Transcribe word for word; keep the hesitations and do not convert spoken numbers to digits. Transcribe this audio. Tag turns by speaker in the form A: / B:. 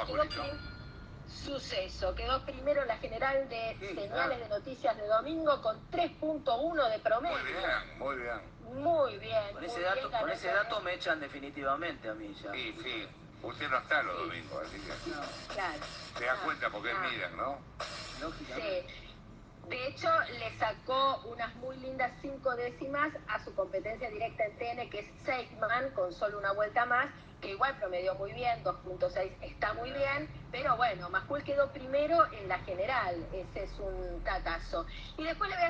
A: quedó
B: Julito?
A: prim- Suceso, quedó primero en la general de
B: Sí,
A: señales
B: ah.
A: de noticias de domingo con tres punto uno de promedio.
B: Muy bien, muy bien.
A: Muy bien.
C: Con
A: muy
C: ese
A: bien,
C: dato,
A: ganó
C: con ese
A: el-
C: dato me echan definitivamente a mí ya.
B: Sí, sí. Usted no está los
A: Sí.
B: domingos, así que
C: No,
A: Claro.
B: se da
A: Ah,
B: cuenta porque
A: ah.
B: miden, ¿no?
C: lógicamente.
A: Sí. De hecho, le sacó unas muy lindas cinco décimas a su competencia directa en T N, que es Seidman, con solo una vuelta más, que igual promedió muy bien, dos punto seis está muy bien, pero bueno, Majul quedó primero en la general, ese es un datazo. Y después le voy a